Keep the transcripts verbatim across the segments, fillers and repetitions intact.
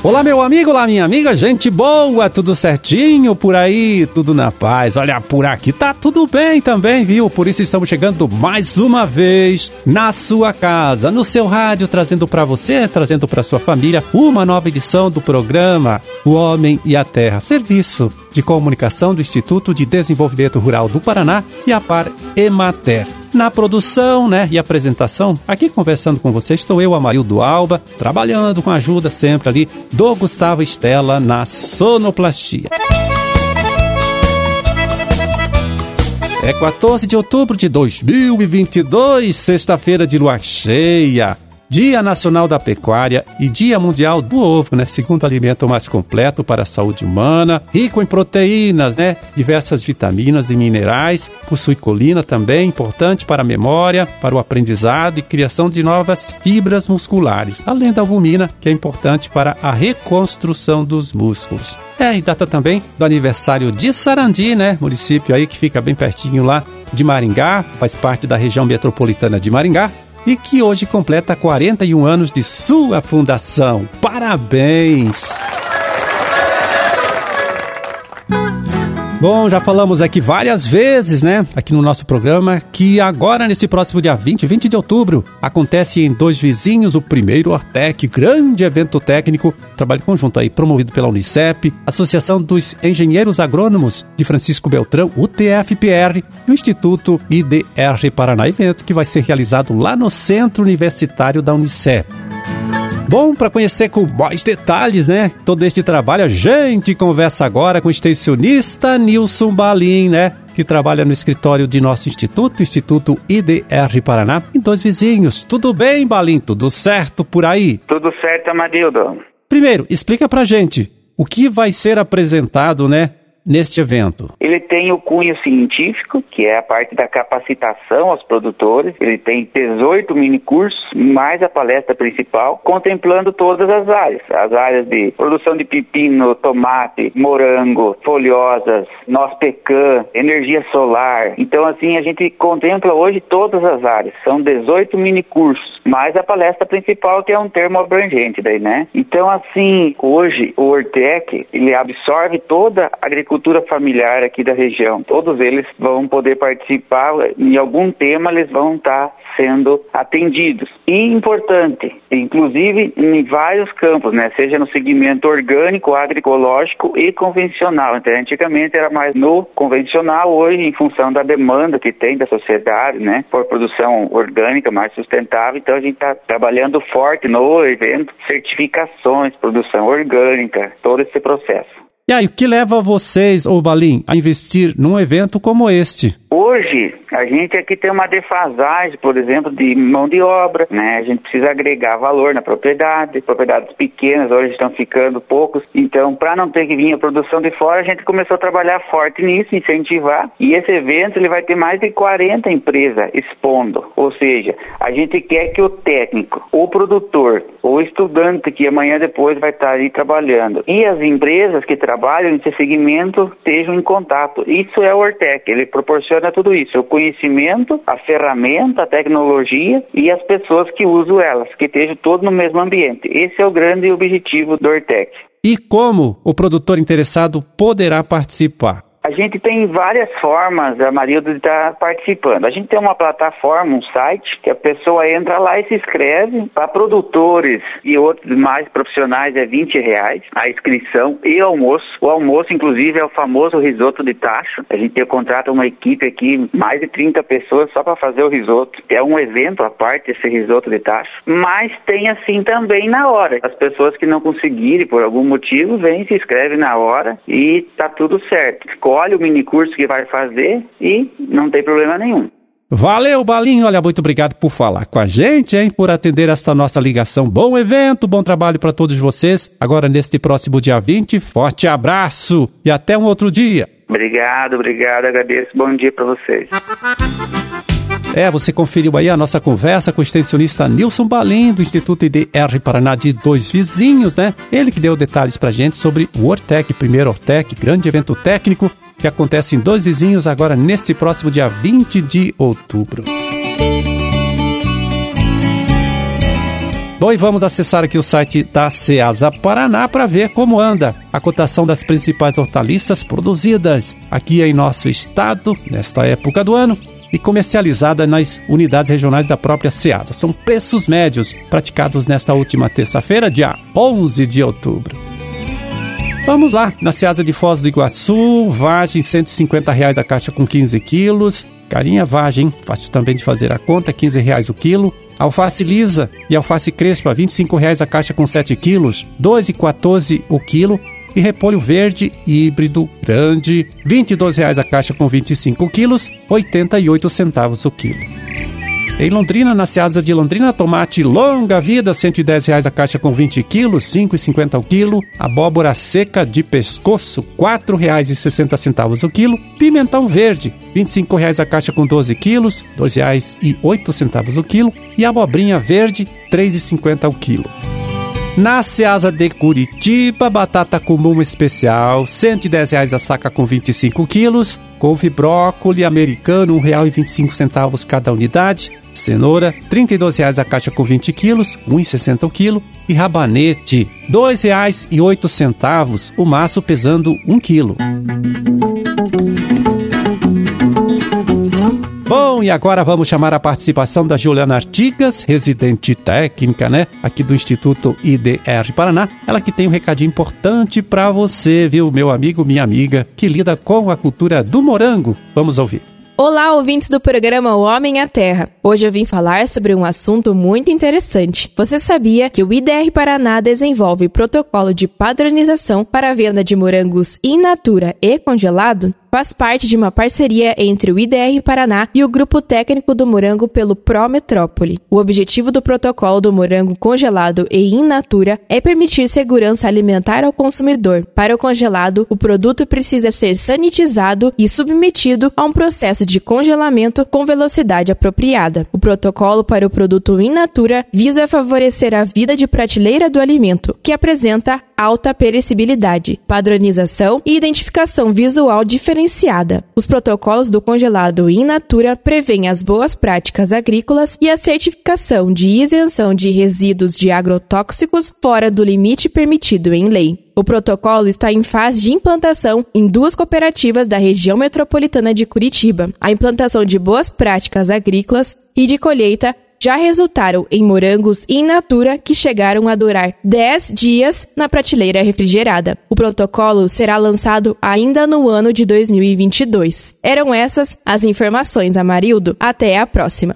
Olá, meu amigo, olá, minha amiga, gente boa, tudo certinho por aí, tudo na paz. Olha, por aqui tá tudo bem também, viu? Por isso estamos chegando mais uma vez na sua casa, no seu rádio, trazendo pra você, trazendo pra sua família, uma nova edição do programa O Homem e a Terra, serviço de comunicação do Instituto de Desenvolvimento Rural do Paraná e a Par Emater. Na produção, né, e apresentação, aqui conversando com você, estou eu, Amarildo Alba, trabalhando com a ajuda sempre ali do Gustavo Estela na sonoplastia. É quatorze de outubro de dois mil e vinte e dois, sexta-feira de lua cheia. Dia Nacional da Pecuária e Dia Mundial do Ovo, né? Segundo alimento mais completo para a saúde humana, rico em proteínas, né? Diversas vitaminas e minerais, possui colina também, importante para a memória, para o aprendizado e criação de novas fibras musculares, além da albumina, que é importante para a reconstrução dos músculos. É, e data também do aniversário de Sarandi, né? Município aí que fica bem pertinho lá de Maringá, faz parte da região metropolitana de Maringá, e que hoje completa quarenta e um anos de sua fundação. Parabéns! Bom, já falamos aqui várias vezes, né, aqui no nosso programa, que agora, nesse próximo dia vinte, vinte de outubro, acontece em Dois Vizinhos o primeiro Hortec, grande evento técnico, trabalho conjunto aí, promovido pela Unicep, Associação dos Engenheiros Agrônomos de Francisco Beltrão, U T F P R, e o Instituto I D R Paraná, evento que vai ser realizado lá no Centro Universitário da Unicep. Bom, para conhecer com mais detalhes, né, todo este trabalho, a gente conversa agora com o extensionista Nilson Balim, né, que trabalha no escritório de nosso instituto, Instituto I D R Paraná, em Dois Vizinhos. Tudo bem, Balim? Tudo certo por aí? Tudo certo, Amarildo. Primeiro, explica pra gente o que vai ser apresentado, né, neste evento. Ele tem o cunho científico, que é a parte da capacitação aos produtores. Ele tem dezoito minicursos, mais a palestra principal, contemplando todas as áreas. As áreas de produção de pepino, tomate, morango, folhosas, noz pecan, energia solar. Então, assim, a gente contempla hoje todas as áreas. São dezoito minicursos, mais a palestra principal, que é um termo abrangente daí, né? Então, assim, hoje o Hortec, ele absorve toda a agricultura familiar aqui da região. Todos eles vão poder participar, em algum tema eles vão estar sendo atendidos. E importante, inclusive em vários campos, né? Seja no segmento orgânico, agroecológico e convencional. Então, antigamente era mais no convencional, hoje em função da demanda que tem da sociedade, né? Por produção orgânica mais sustentável, então a gente está trabalhando forte no evento, certificações, produção orgânica, todo esse processo. E aí, o que leva vocês, ô Balim, a investir num evento como este? Hoje, a gente aqui tem uma defasagem, por exemplo, de mão de obra, né? A gente precisa agregar valor na propriedade, propriedades pequenas hoje estão ficando poucos, então para não ter que vir a produção de fora, a gente começou a trabalhar forte nisso, incentivar, e esse evento ele vai ter mais de quarenta empresas expondo, ou seja, a gente quer que o técnico, o produtor, o estudante que amanhã depois vai estar aí trabalhando, e as empresas que trabalham nesse segmento estejam em contato. Isso é o Hortec, ele proporciona tudo isso, o conhecimento, a ferramenta, a tecnologia e as pessoas que usam elas, que estejam todos no mesmo ambiente. Esse é o grande objetivo do Hortec. E como o produtor interessado poderá participar? A gente tem várias formas, Amarildo, de estar participando. A gente tem uma plataforma, um site, que a pessoa entra lá e se inscreve. Para produtores e outros mais profissionais é vinte reais a inscrição e almoço. O almoço, inclusive, é o famoso risoto de tacho. A gente contrata uma equipe aqui, mais de trinta pessoas só para fazer o risoto. É um evento à parte esse risoto de tacho. Mas tem assim também na hora. As pessoas que não conseguirem por algum motivo, vêm, se inscrevem na hora e tá tudo certo. Olha o minicurso que vai fazer e não tem problema nenhum. Valeu, Balim. Olha, muito obrigado por falar com a gente, hein? Por atender esta nossa ligação. Bom evento, bom trabalho para todos vocês. Agora, neste próximo dia vinte, forte abraço e até um outro dia. Obrigado, obrigado. Agradeço. Bom dia para vocês. É, você conferiu aí a nossa conversa com o extensionista Nilson Balim, do Instituto I D R Paraná de Dois Vizinhos, né? Ele que deu detalhes pra gente sobre o Hortec, primeiro Hortec, grande evento técnico, que acontece em Dois Vizinhos agora neste próximo dia vinte de outubro. Bom, e vamos acessar aqui o site da Ceasa Paraná para ver como anda a cotação das principais hortaliças produzidas aqui em nosso estado, nesta época do ano, e comercializada nas unidades regionais da própria Ceasa. São preços médios praticados nesta última terça-feira, dia onze de outubro. Vamos lá, na Ceasa de Foz do Iguaçu, vagem cento e cinquenta reais a caixa com quinze quilos, carinha vagem, fácil também de fazer a conta, quinze reais o quilo, alface lisa e alface crespa, vinte e cinco reais a caixa com sete quilos, dois reais e quatorze centavos o quilo, e repolho verde híbrido grande, vinte e dois reais a caixa com vinte e cinco quilos, oitenta e oito centavos o quilo. Em Londrina, na Ceasa de Londrina, tomate longa vida, cento e dez reais a caixa com vinte quilos, cinco reais e cinquenta centavos o quilo. Abóbora seca de pescoço, quatro reais e sessenta centavos o quilo. Pimentão verde, vinte e cinco reais a caixa com doze quilos, dois reais e oito centavos o quilo. E abobrinha verde, três reais e cinquenta centavos o quilo. Na Ceasa de Curitiba, batata comum especial, cento e dez reais a saca com vinte e cinco quilos. Couve brócoli americano, um real e vinte e cinco centavos cada unidade. Cenoura, trinta e dois reais a caixa com vinte quilos, um real e sessenta centavos o quilo. E rabanete, dois reais e oito centavos, o maço pesando um quilo. Bom, e agora vamos chamar a participação da Juliana Artigas, residente técnica, né, aqui do Instituto I D R Paraná. Ela que tem um recadinho importante para você, viu, meu amigo, minha amiga, que lida com a cultura do morango. Vamos ouvir. Olá, ouvintes do programa O Homem à Terra. Hoje eu vim falar sobre um assunto muito interessante. Você sabia que o I D R Paraná desenvolve protocolo de padronização para a venda de morangos in natura e congelado? Faz parte de uma parceria entre o I D R Paraná e o Grupo Técnico do Morango pelo Prometrópole. O objetivo do protocolo do morango congelado e in natura é permitir segurança alimentar ao consumidor. Para o congelado, o produto precisa ser sanitizado e submetido a um processo de congelamento com velocidade apropriada. O protocolo para o produto in natura visa favorecer a vida de prateleira do alimento, que apresenta alta perecibilidade, padronização e identificação visual diferenciada. Os protocolos do congelado in natura prevêem as boas práticas agrícolas e a certificação de isenção de resíduos de agrotóxicos fora do limite permitido em lei. O protocolo está em fase de implantação em duas cooperativas da região metropolitana de Curitiba. A implantação de boas práticas agrícolas e de colheita já resultaram em morangos in natura que chegaram a durar dez dias na prateleira refrigerada. O protocolo será lançado ainda no ano de dois mil e vinte e dois. Eram essas as informações, Amarildo. Até a próxima.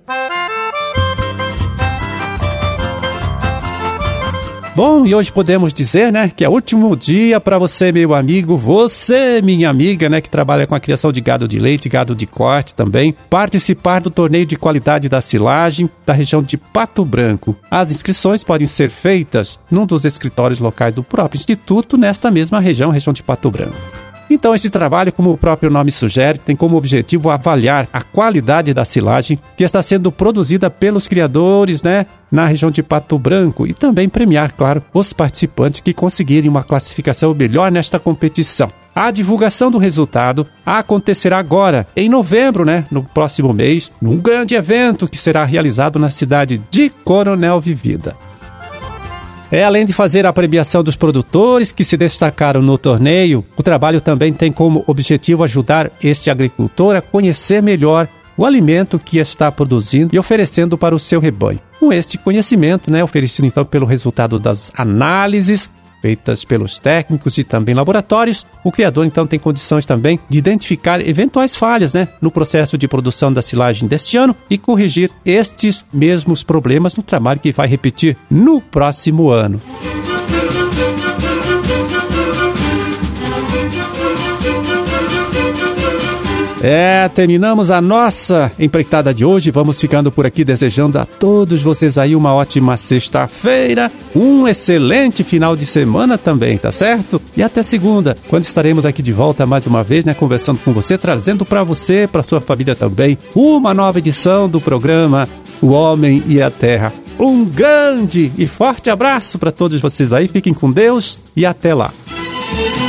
Bom, e hoje podemos dizer, né, que é o último dia para você, meu amigo, você, minha amiga, né, que trabalha com a criação de gado de leite, gado de corte também, participar do torneio de qualidade da silagem da região de Pato Branco. As inscrições podem ser feitas num dos escritórios locais do próprio Instituto, nesta mesma região, região de Pato Branco. Então, esse trabalho, como o próprio nome sugere, tem como objetivo avaliar a qualidade da silagem que está sendo produzida pelos criadores, né, na região de Pato Branco e também premiar, claro, os participantes que conseguirem uma classificação melhor nesta competição. A divulgação do resultado acontecerá agora, em novembro, né, no próximo mês, num grande evento que será realizado na cidade de Coronel Vivida. É, além de fazer a premiação dos produtores que se destacaram no torneio, o trabalho também tem como objetivo ajudar este agricultor a conhecer melhor o alimento que está produzindo e oferecendo para o seu rebanho. Com este conhecimento, né, oferecido então pelo resultado das análises feitas pelos técnicos e também laboratórios, o criador então tem condições também de identificar eventuais falhas, né, no processo de produção da silagem deste ano e corrigir estes mesmos problemas no trabalho que vai repetir no próximo ano. É, terminamos a nossa empreitada de hoje. Vamos ficando por aqui desejando a todos vocês aí uma ótima sexta-feira, um excelente final de semana também, tá certo? E até segunda, quando estaremos aqui de volta mais uma vez, né, conversando com você, trazendo para você, para sua família também, uma nova edição do programa O Homem e a Terra. Um grande e forte abraço para todos vocês aí, fiquem com Deus e até lá.